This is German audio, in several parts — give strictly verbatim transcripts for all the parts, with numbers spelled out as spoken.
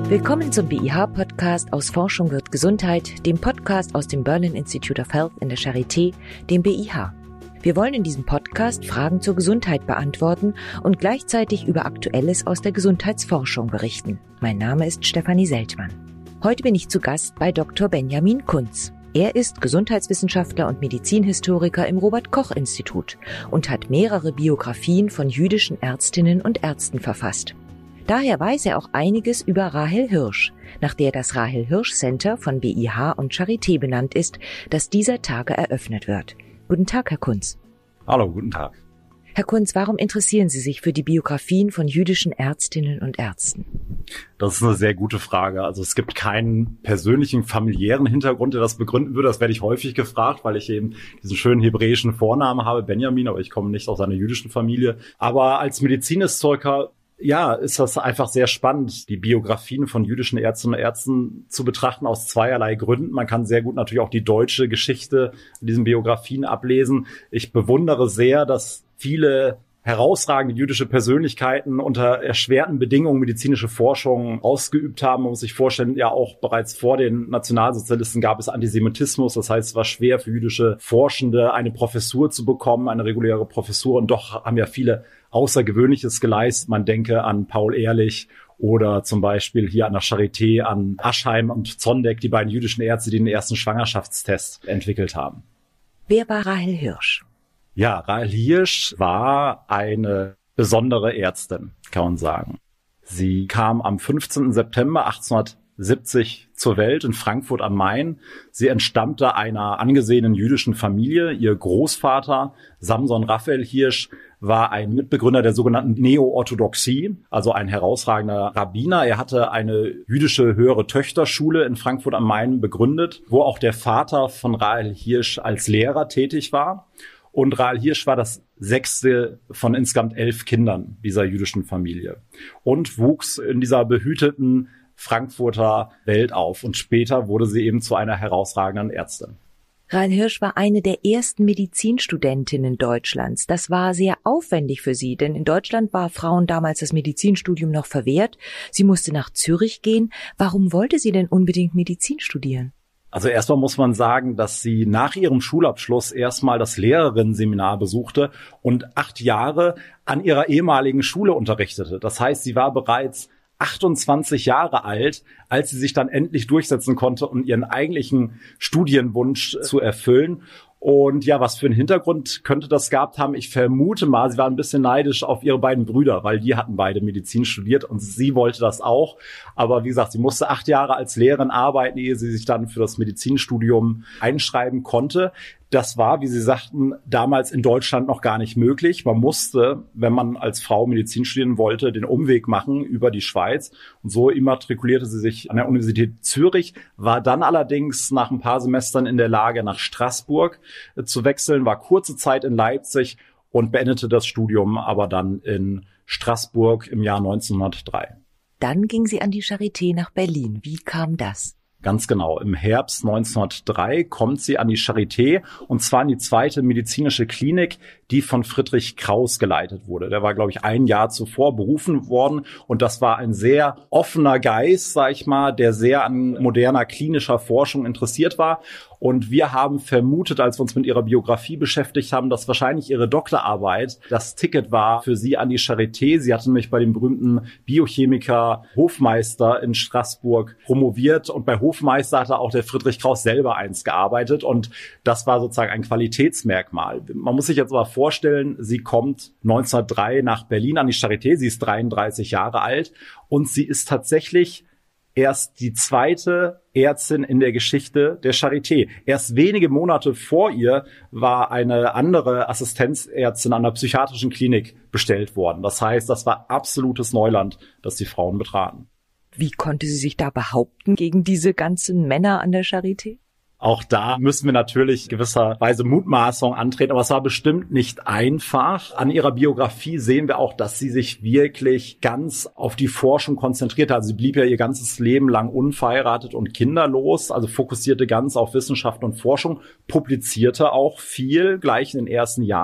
Willkommen zum B I H-Podcast aus Forschung wird Gesundheit, dem Podcast aus dem Berlin Institute of Health in der Charité, dem B I H. Wir wollen in diesem Podcast Fragen zur Gesundheit beantworten und gleichzeitig über Aktuelles aus der Gesundheitsforschung berichten. Mein Name ist Stefanie Seltmann. Heute bin ich zu Gast bei Doktor Benjamin Kunz. Er ist Gesundheitswissenschaftler und Medizinhistoriker im Robert-Koch-Institut und hat mehrere Biografien von jüdischen Ärztinnen und Ärzten verfasst. Daher weiß er auch einiges über Rahel Hirsch, nach der das Rahel Hirsch Center von B I H und Charité benannt ist, das dieser Tage eröffnet wird. Guten Tag, Herr Kunz. Hallo, guten Tag. Herr Kunz, warum interessieren Sie sich für die Biografien von jüdischen Ärztinnen und Ärzten? Das ist eine sehr gute Frage. Also es gibt keinen persönlichen, familiären Hintergrund, der das begründen würde. Das werde ich häufig gefragt, weil ich eben diesen schönen hebräischen Vornamen habe, Benjamin, aber ich komme nicht aus einer jüdischen Familie. Aber als Medizinhistoriker ja, ist das einfach sehr spannend, die Biografien von jüdischen Ärztinnen und Ärzten zu betrachten aus zweierlei Gründen. Man kann sehr gut natürlich auch die deutsche Geschichte in diesen Biografien ablesen. Ich bewundere sehr, dass viele herausragende jüdische Persönlichkeiten unter erschwerten Bedingungen medizinische Forschung ausgeübt haben. Man muss sich vorstellen, ja auch bereits vor den Nationalsozialisten gab es Antisemitismus. Das heißt, es war schwer für jüdische Forschende, eine Professur zu bekommen, eine reguläre Professur. Und doch haben ja viele Außergewöhnliches geleistet. Man denke an Paul Ehrlich oder zum Beispiel hier an der Charité an Aschheim und Zondek, die beiden jüdischen Ärzte, die den ersten Schwangerschaftstest entwickelt haben. Wer war Rahel Hirsch? Ja, Rahel Hirsch war eine besondere Ärztin, kann man sagen. Sie kam am fünfzehnten September achtzehnhundertsiebzig zur Welt in Frankfurt am Main. Sie entstammte einer angesehenen jüdischen Familie. Ihr Großvater, Samson Raphael Hirsch, war ein Mitbegründer der sogenannten Neo-Orthodoxie, also ein herausragender Rabbiner. Er hatte eine jüdische höhere Töchterschule in Frankfurt am Main begründet, wo auch der Vater von Rahel Hirsch als Lehrer tätig war. Und Rahel Hirsch war das sechste von insgesamt elf Kindern dieser jüdischen Familie und wuchs in dieser behüteten Frankfurter Welt auf. Und später wurde sie eben zu einer herausragenden Ärztin. Rahel Hirsch war eine der ersten Medizinstudentinnen Deutschlands. Das war sehr aufwendig für sie, denn in Deutschland war Frauen damals das Medizinstudium noch verwehrt. Sie musste nach Zürich gehen. Warum wollte sie denn unbedingt Medizin studieren? Also erstmal muss man sagen, dass sie nach ihrem Schulabschluss erstmal das Lehrerinnenseminar besuchte und acht Jahre an ihrer ehemaligen Schule unterrichtete. Das heißt, sie war bereits achtundzwanzig Jahre alt, als sie sich dann endlich durchsetzen konnte, um ihren eigentlichen Studienwunsch zu erfüllen. Und ja, was für einen Hintergrund könnte das gehabt haben? Ich vermute mal, sie war ein bisschen neidisch auf ihre beiden Brüder, weil die hatten beide Medizin studiert und sie wollte das auch. Aber wie gesagt, sie musste acht Jahre als Lehrerin arbeiten, ehe sie sich dann für das Medizinstudium einschreiben konnte. Das war, wie Sie sagten, damals in Deutschland noch gar nicht möglich. Man musste, wenn man als Frau Medizin studieren wollte, den Umweg machen über die Schweiz. Und so immatrikulierte sie sich an der Universität Zürich, war dann allerdings nach ein paar Semestern in der Lage, nach Straßburg äh, zu wechseln, war kurze Zeit in Leipzig und beendete das Studium aber dann in Straßburg im Jahr neunzehnhundertdrei. Dann ging sie an die Charité nach Berlin. Wie kam das? Ganz genau. Im Herbst neunzehnhundertdrei kommt sie an die Charité und zwar in die zweite medizinische Klinik, die von Friedrich Krauss geleitet wurde. Der war, glaube ich, ein Jahr zuvor berufen worden und das war ein sehr offener Geist, sag ich mal, der sehr an moderner klinischer Forschung interessiert war. Und wir haben vermutet, als wir uns mit ihrer Biografie beschäftigt haben, dass wahrscheinlich ihre Doktorarbeit das Ticket war für sie an die Charité. Sie hatte nämlich bei dem berühmten Biochemiker Hofmeister in Straßburg promoviert und bei Hofmeister hatte auch der Friedrich Krauss selber eins gearbeitet und das war sozusagen ein Qualitätsmerkmal. Man muss sich jetzt aber vorstellen, sie kommt neunzehnhundertdrei nach Berlin an die Charité, sie ist dreiunddreißig Jahre alt und sie ist tatsächlich erst die zweite Ärztin in der Geschichte der Charité. Erst wenige Monate vor ihr war eine andere Assistenzärztin an der psychiatrischen Klinik bestellt worden. Das heißt, das war absolutes Neuland, das die Frauen betraten. Wie konnte sie sich da behaupten gegen diese ganzen Männer an der Charité? Auch da müssen wir natürlich gewisserweise Mutmaßung antreten, aber es war bestimmt nicht einfach. An ihrer Biografie sehen wir auch, dass sie sich wirklich ganz auf die Forschung konzentrierte. Also sie blieb ja ihr ganzes Leben lang unverheiratet und kinderlos, also fokussierte ganz auf Wissenschaft und Forschung, publizierte auch viel gleich in den ersten Jahren.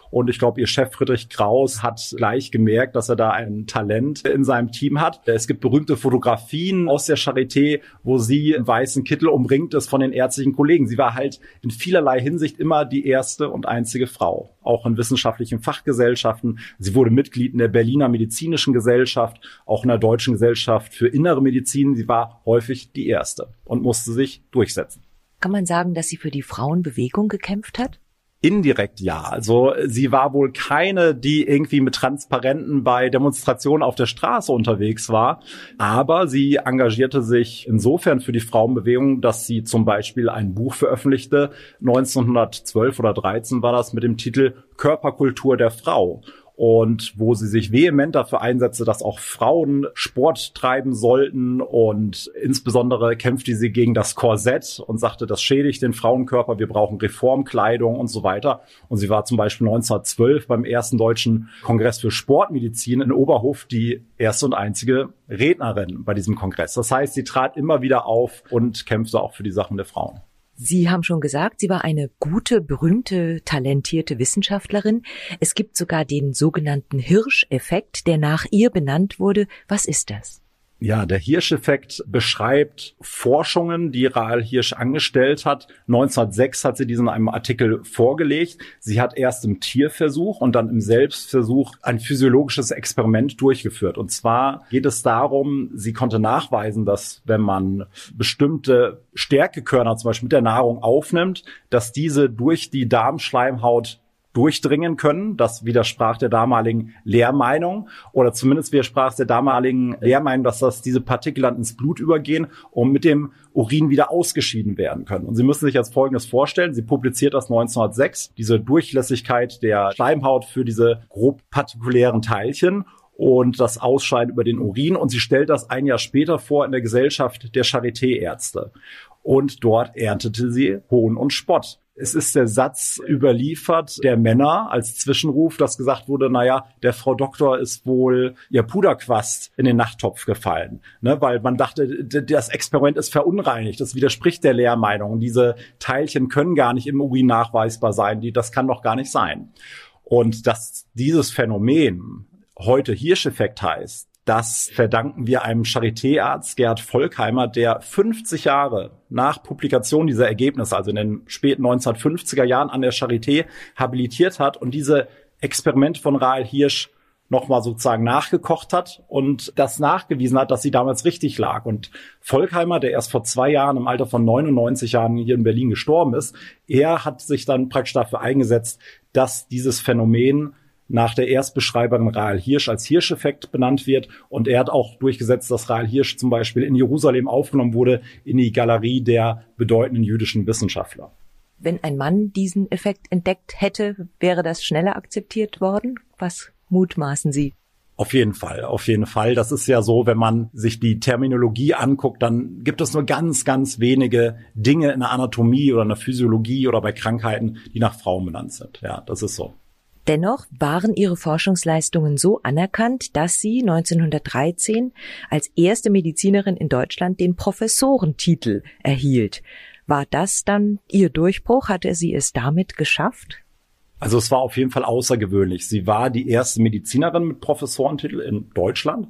Und ich glaube, ihr Chef Friedrich Kraus hat gleich gemerkt, dass er da ein Talent in seinem Team hat. Es gibt berühmte Fotografien aus der Charité, wo sie im weißen Kittel umringt ist von den ärztlichen Kollegen. Sie war halt in vielerlei Hinsicht immer die erste und einzige Frau, auch in wissenschaftlichen Fachgesellschaften. Sie wurde Mitglied in der Berliner Medizinischen Gesellschaft, auch in der Deutschen Gesellschaft für Innere Medizin. Sie war häufig die erste und musste sich durchsetzen. Kann man sagen, dass sie für die Frauenbewegung gekämpft hat? Indirekt ja. Also sie war wohl keine, die irgendwie mit Transparenten bei Demonstrationen auf der Straße unterwegs war. Aber sie engagierte sich insofern für die Frauenbewegung, dass sie zum Beispiel ein Buch veröffentlichte. neunzehnhundertzwölf oder dreizehn war das mit dem Titel Körperkultur der Frau. Und wo sie sich vehement dafür einsetzte, dass auch Frauen Sport treiben sollten. Und insbesondere kämpfte sie gegen das Korsett und sagte, das schädigt den Frauenkörper, wir brauchen Reformkleidung und so weiter. Und sie war zum Beispiel neunzehnhundertzwölf beim ersten Deutschen Kongress für Sportmedizin in Oberhof die erste und einzige Rednerin bei diesem Kongress. Das heißt, sie trat immer wieder auf und kämpfte auch für die Sachen der Frauen. Sie haben schon gesagt, sie war eine gute, berühmte, talentierte Wissenschaftlerin. Es gibt sogar den sogenannten Hirsch-Effekt, der nach ihr benannt wurde. Was ist das? Ja, der Hirsch-Effekt beschreibt Forschungen, die Rahel Hirsch angestellt hat. neunzehnhundertsechs hat sie diesen in einem Artikel vorgelegt. Sie hat erst im Tierversuch und dann im Selbstversuch ein physiologisches Experiment durchgeführt. Und zwar geht es darum, sie konnte nachweisen, dass wenn man bestimmte Stärkekörner zum Beispiel mit der Nahrung aufnimmt, dass diese durch die Darmschleimhaut durchdringen können. Das widersprach der damaligen Lehrmeinung oder zumindest widersprach der damaligen Lehrmeinung, dass das diese Partikel dann ins Blut übergehen und mit dem Urin wieder ausgeschieden werden können. Und Sie müssen sich jetzt Folgendes vorstellen. Sie publiziert das neunzehnhundertsechs, diese Durchlässigkeit der Schleimhaut für diese grob partikulären Teilchen und das Ausscheiden über den Urin. Und sie stellt das ein Jahr später vor in der Gesellschaft der Charité-Ärzte. Und dort erntete sie Hohn und Spott. Es ist der Satz überliefert der Männer als Zwischenruf, dass gesagt wurde, naja, der Frau Doktor ist wohl ihr Puderquast in den Nachttopf gefallen. Ne, weil man dachte, das Experiment ist verunreinigt, das widerspricht der Lehrmeinung. Diese Teilchen können gar nicht im Urin nachweisbar sein, die, das kann doch gar nicht sein. Und dass dieses Phänomen heute Hirsch-Effekt heißt, das verdanken wir einem Charité-Arzt, Gerhard Volkheimer, der fünfzig Jahre nach Publikation dieser Ergebnisse, also in den späten neunzehnhundertfünfziger Jahren an der Charité, habilitiert hat und diese Experimente von Rahel Hirsch nochmal sozusagen nachgekocht hat und das nachgewiesen hat, dass sie damals richtig lag. Und Volkheimer, der erst vor zwei Jahren im Alter von neunundneunzig Jahren hier in Berlin gestorben ist, er hat sich dann praktisch dafür eingesetzt, dass dieses Phänomen nach der Erstbeschreiberin Rahel Hirsch als Hirsch-Effekt benannt wird. Und er hat auch durchgesetzt, dass Rahel Hirsch zum Beispiel in Jerusalem aufgenommen wurde in die Galerie der bedeutenden jüdischen Wissenschaftler. Wenn ein Mann diesen Effekt entdeckt hätte, wäre das schneller akzeptiert worden? Was mutmaßen Sie? Auf jeden Fall, auf jeden Fall. Das ist ja so, wenn man sich die Terminologie anguckt, dann gibt es nur ganz, ganz wenige Dinge in der Anatomie oder in der Physiologie oder bei Krankheiten, die nach Frauen benannt sind. Ja, das ist so. Dennoch waren ihre Forschungsleistungen so anerkannt, dass sie neunzehnhundertdreizehn als erste Medizinerin in Deutschland den Professorentitel erhielt. War das dann ihr Durchbruch? Hatte sie es damit geschafft? Also es war auf jeden Fall außergewöhnlich. Sie war die erste Medizinerin mit Professorentitel in Deutschland.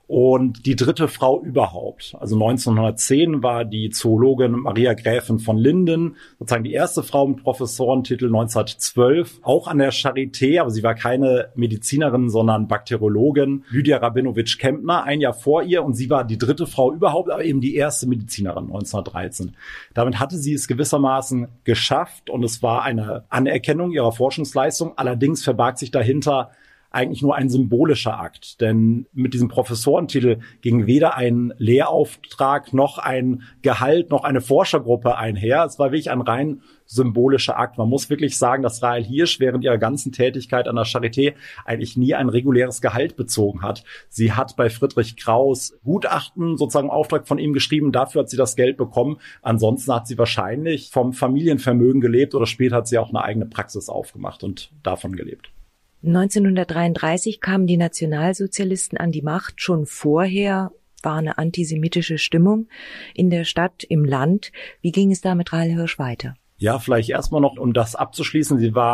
Und die dritte Frau überhaupt. Also neunzehnhundertzehn war die Zoologin Maria Gräfin von Linden sozusagen die erste Frau mit Professorentitel. neunzehnhundertzwölf auch an der Charité, aber sie war keine Medizinerin, sondern Bakteriologin, Lydia Rabinowitsch-Kempner, ein Jahr vor ihr. Und sie war die dritte Frau überhaupt, aber eben die erste Medizinerin neunzehnhundertdreizehn. Damit hatte sie es gewissermaßen geschafft und es war eine Anerkennung ihrer Forschungsleistung. Allerdings verbarg sich dahinter eigentlich nur ein symbolischer Akt, denn mit diesem Professorentitel ging weder ein Lehrauftrag noch ein Gehalt noch eine Forschergruppe einher. Es war wirklich ein rein symbolischer Akt. Man muss wirklich sagen, dass Rahel Hirsch während ihrer ganzen Tätigkeit an der Charité eigentlich nie ein reguläres Gehalt bezogen hat. Sie hat bei Friedrich Kraus Gutachten sozusagen im Auftrag von ihm geschrieben, dafür hat sie das Geld bekommen. Ansonsten hat sie wahrscheinlich vom Familienvermögen gelebt oder später hat sie auch eine eigene Praxis aufgemacht und davon gelebt. neunzehnhundertdreiunddreißig kamen die Nationalsozialisten an die Macht. Schon vorher war eine antisemitische Stimmung in der Stadt, im Land. Wie ging es da mit Rahel Hirsch weiter? Ja, vielleicht erstmal noch, um das abzuschließen. Sie war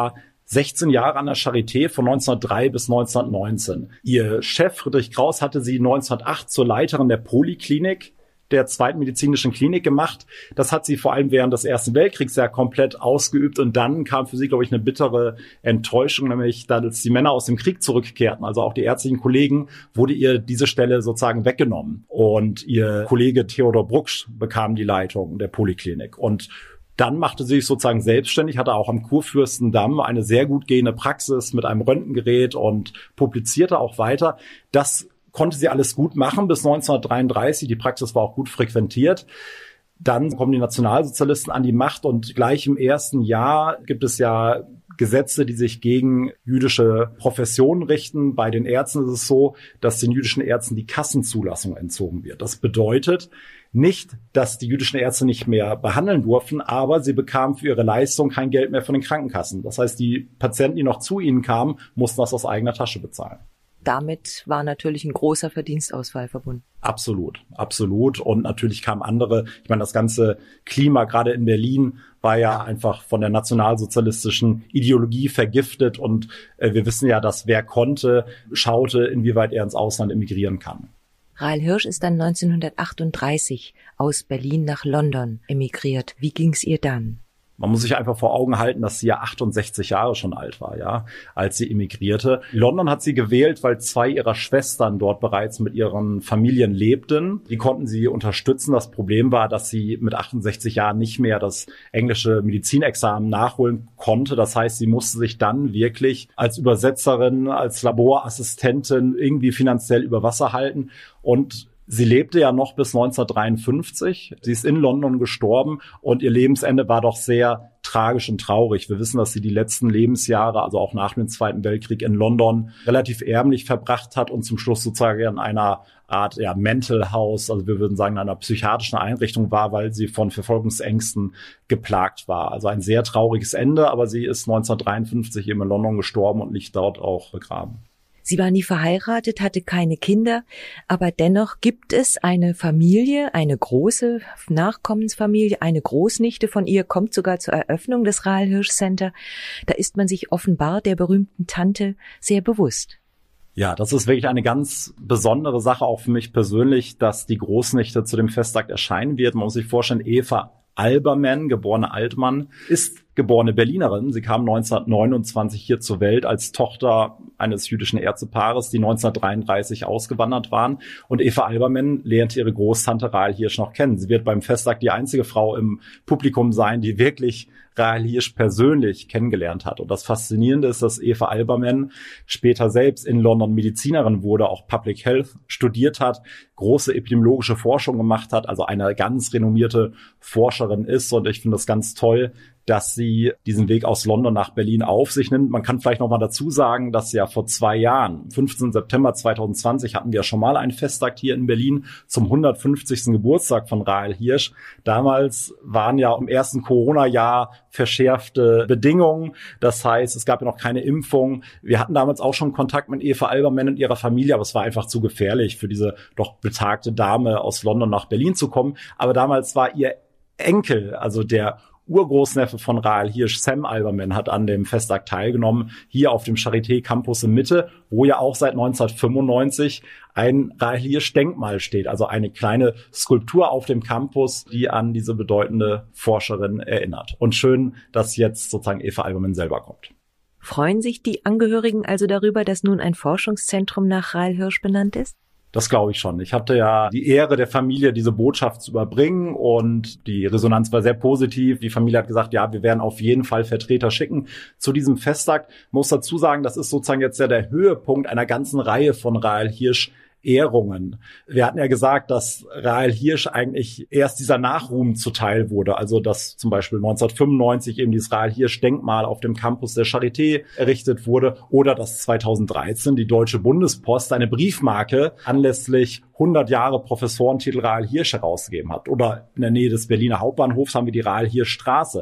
sechzehn Jahre an der Charité von neunzehnhundertdrei bis neunzehnhundertneunzehn. Ihr Chef Friedrich Kraus hatte sie neunzehnhundertacht zur Leiterin der Poliklinik, der zweiten medizinischen Klinik, gemacht. Das hat sie vor allem während des Ersten Weltkriegs ja komplett ausgeübt. Und dann kam für sie, glaube ich, eine bittere Enttäuschung, nämlich als die Männer aus dem Krieg zurückkehrten, also auch die ärztlichen Kollegen, wurde ihr diese Stelle sozusagen weggenommen. Und ihr Kollege Theodor Brucksch bekam die Leitung der Poliklinik. Und dann machte sie sich sozusagen selbstständig, hatte auch am Kurfürstendamm eine sehr gut gehende Praxis mit einem Röntgengerät und publizierte auch weiter. Das konnte sie alles gut machen bis neunzehnhundertdreiunddreißig. Die Praxis war auch gut frequentiert. Dann kommen die Nationalsozialisten an die Macht und gleich im ersten Jahr gibt es ja Gesetze, die sich gegen jüdische Professionen richten. Bei den Ärzten ist es so, dass den jüdischen Ärzten die Kassenzulassung entzogen wird. Das bedeutet nicht, dass die jüdischen Ärzte nicht mehr behandeln durften, aber sie bekamen für ihre Leistung kein Geld mehr von den Krankenkassen. Das heißt, die Patienten, die noch zu ihnen kamen, mussten das aus eigener Tasche bezahlen. Damit war natürlich ein großer Verdienstausfall verbunden. Absolut, absolut. Und natürlich kamen andere, ich meine, das ganze Klima gerade in Berlin war ja einfach von der nationalsozialistischen Ideologie vergiftet. Und äh, wir wissen ja, dass wer konnte, schaute, inwieweit er ins Ausland emigrieren kann. Rahel Hirsch ist dann neunzehnhundertachtunddreißig aus Berlin nach London emigriert. Wie ging's ihr dann? Man muss sich einfach vor Augen halten, dass sie ja achtundsechzig Jahre schon alt war, ja, als sie emigrierte. London hat sie gewählt, weil zwei ihrer Schwestern dort bereits mit ihren Familien lebten. Die konnten sie unterstützen. Das Problem war, dass sie mit achtundsechzig Jahren nicht mehr das englische Medizinexamen nachholen konnte. Das heißt, sie musste sich dann wirklich als Übersetzerin, als Laborassistentin irgendwie finanziell über Wasser halten. Und sie lebte ja noch bis neunzehnhundertdreiundfünfzig. Sie ist in London gestorben und ihr Lebensende war doch sehr tragisch und traurig. Wir wissen, dass sie die letzten Lebensjahre, also auch nach dem Zweiten Weltkrieg in London, relativ ärmlich verbracht hat und zum Schluss sozusagen in einer Art ja, Mental House, also wir würden sagen, in einer psychiatrischen Einrichtung war, weil sie von Verfolgungsängsten geplagt war. Also ein sehr trauriges Ende, aber sie ist neunzehnhundertdreiundfünfzig eben in London gestorben und liegt dort auch begraben. Sie war nie verheiratet, hatte keine Kinder, aber dennoch gibt es eine Familie, eine große Nachkommensfamilie, eine Großnichte von ihr kommt sogar zur Eröffnung des Rahel Hirsch Center. Da ist man sich offenbar der berühmten Tante sehr bewusst. Ja, das ist wirklich eine ganz besondere Sache, auch für mich persönlich, dass die Großnichte zu dem Festakt erscheinen wird. Man muss sich vorstellen, Eva Albermann, geborene Altmann, ist geborene Berlinerin. Sie kam neunzehnhundertneunundzwanzig hier zur Welt als Tochter eines jüdischen Ärztepaares, die neunzehnhundertdreiunddreißig ausgewandert waren. Und Eva Albermann lernte ihre Großtante Rahel Hirsch noch kennen. Sie wird beim Festakt die einzige Frau im Publikum sein, die wirklich Rahel Hirsch persönlich kennengelernt hat. Und das Faszinierende ist, dass Eva Albermann später selbst in London Medizinerin wurde, auch Public Health studiert hat, große epidemiologische Forschung gemacht hat, also eine ganz renommierte Forscherin ist. Und ich finde das ganz toll, dass sie diesen Weg aus London nach Berlin auf sich nimmt. Man kann vielleicht noch mal dazu sagen, dass ja vor zwei Jahren, fünfzehnten September zweitausendzwanzig, hatten wir schon mal einen Festakt hier in Berlin zum hundertfünfzigsten Geburtstag von Rahel Hirsch. Damals waren ja im ersten Corona-Jahr verschärfte Bedingungen. Das heißt, es gab ja noch keine Impfung. Wir hatten damals auch schon Kontakt mit Eva Albermann und ihrer Familie, aber es war einfach zu gefährlich für diese doch betagte Dame aus London nach Berlin zu kommen. Aber damals war ihr Enkel, also der Urgroßneffe von Rahel Hirsch, Sam Albermann, hat an dem Festakt teilgenommen, hier auf dem Charité Campus in Mitte, wo ja auch seit neunzehnhundertfünfundneunzig ein Rahel Hirsch Denkmal steht, also eine kleine Skulptur auf dem Campus, die an diese bedeutende Forscherin erinnert. Und schön, dass jetzt sozusagen Eva Albermann selber kommt. Freuen sich die Angehörigen also darüber, dass nun ein Forschungszentrum nach Rahel Hirsch benannt ist? Das glaube ich schon. Ich hatte ja die Ehre der Familie, diese Botschaft zu überbringen und die Resonanz war sehr positiv. Die Familie hat gesagt, ja, wir werden auf jeden Fall Vertreter schicken zu diesem Festakt. Ich muss dazu sagen, das ist sozusagen jetzt ja der Höhepunkt einer ganzen Reihe von Rahel Hirsch Ehrungen. Wir hatten ja gesagt, dass Rahel Hirsch eigentlich erst dieser Nachruhm zuteil wurde. Also dass zum Beispiel neunzehnhundertfünfundneunzig eben dieses Rahel Hirsch Denkmal auf dem Campus der Charité errichtet wurde oder dass zweitausenddreizehn die Deutsche Bundespost eine Briefmarke anlässlich hundert Jahre Professorentitel Rahel Hirsch herausgegeben hat. Oder in der Nähe des Berliner Hauptbahnhofs haben wir die Rahel Hirsch Straße,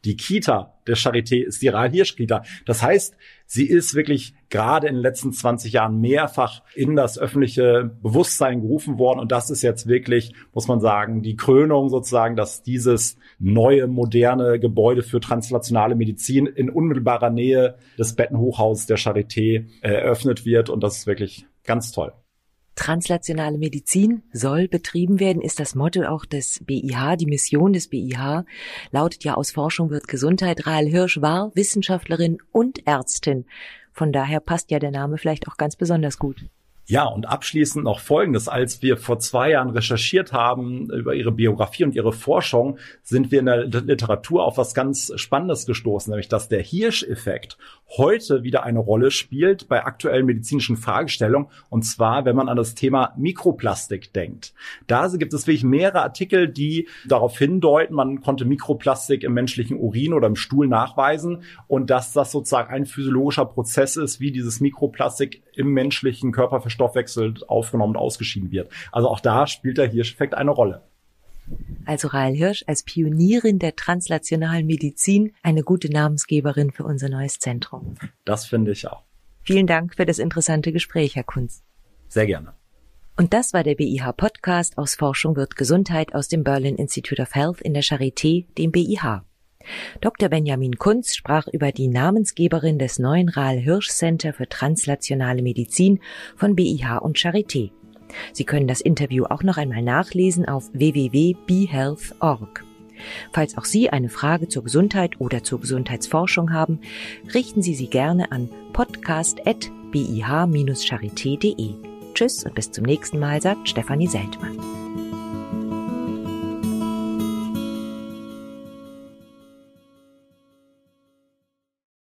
Die Kita der Charité ist die Rahl-Hirsch-Kita. Das heißt, sie ist wirklich gerade in den letzten zwanzig Jahren mehrfach in das öffentliche Bewusstsein gerufen worden. Und das ist jetzt wirklich, muss man sagen, die Krönung sozusagen, dass dieses neue, moderne Gebäude für translationale Medizin in unmittelbarer Nähe des Bettenhochhauses der Charité eröffnet wird. Und das ist wirklich ganz toll. Translationale Medizin soll betrieben werden, ist das Motto auch des B I H. Die Mission des B I H lautet ja: aus Forschung wird Gesundheit. Rahl Hirsch war Wissenschaftlerin und Ärztin. Von daher passt ja der Name vielleicht auch ganz besonders gut. Ja, und abschließend noch Folgendes. Als wir vor zwei Jahren recherchiert haben über ihre Biografie und ihre Forschung, sind wir in der Literatur auf was ganz Spannendes gestoßen, nämlich dass der Hirsch-Effekt heute wieder eine Rolle spielt bei aktuellen medizinischen Fragestellungen, und zwar, wenn man an das Thema Mikroplastik denkt. Da gibt es wirklich mehrere Artikel, die darauf hindeuten, man konnte Mikroplastik im menschlichen Urin oder im Stuhl nachweisen und dass das sozusagen ein physiologischer Prozess ist, wie dieses Mikroplastik im menschlichen Körper verstoffwechselt, aufgenommen und ausgeschieden wird. Also auch da spielt der Hirsch-Effekt eine Rolle. Also Rahl Hirsch als Pionierin der translationalen Medizin, eine gute Namensgeberin für unser neues Zentrum. Das finde ich auch. Vielen Dank für das interessante Gespräch, Herr Kunz. Sehr gerne. Und das war der B I H-Podcast aus Forschung wird Gesundheit aus dem Berlin Institute of Health in der Charité, dem B I H. Doktor Benjamin Kunz sprach über die Namensgeberin des neuen Rahl Hirsch Center für translationale Medizin von B I H und Charité. Sie können das Interview auch noch einmal nachlesen auf w w w punkt b health punkt org. Falls auch Sie eine Frage zur Gesundheit oder zur Gesundheitsforschung haben, richten Sie sie gerne an podcast at b i h dash charité punkt d e. Tschüss und bis zum nächsten Mal, sagt Stefanie Seltmann.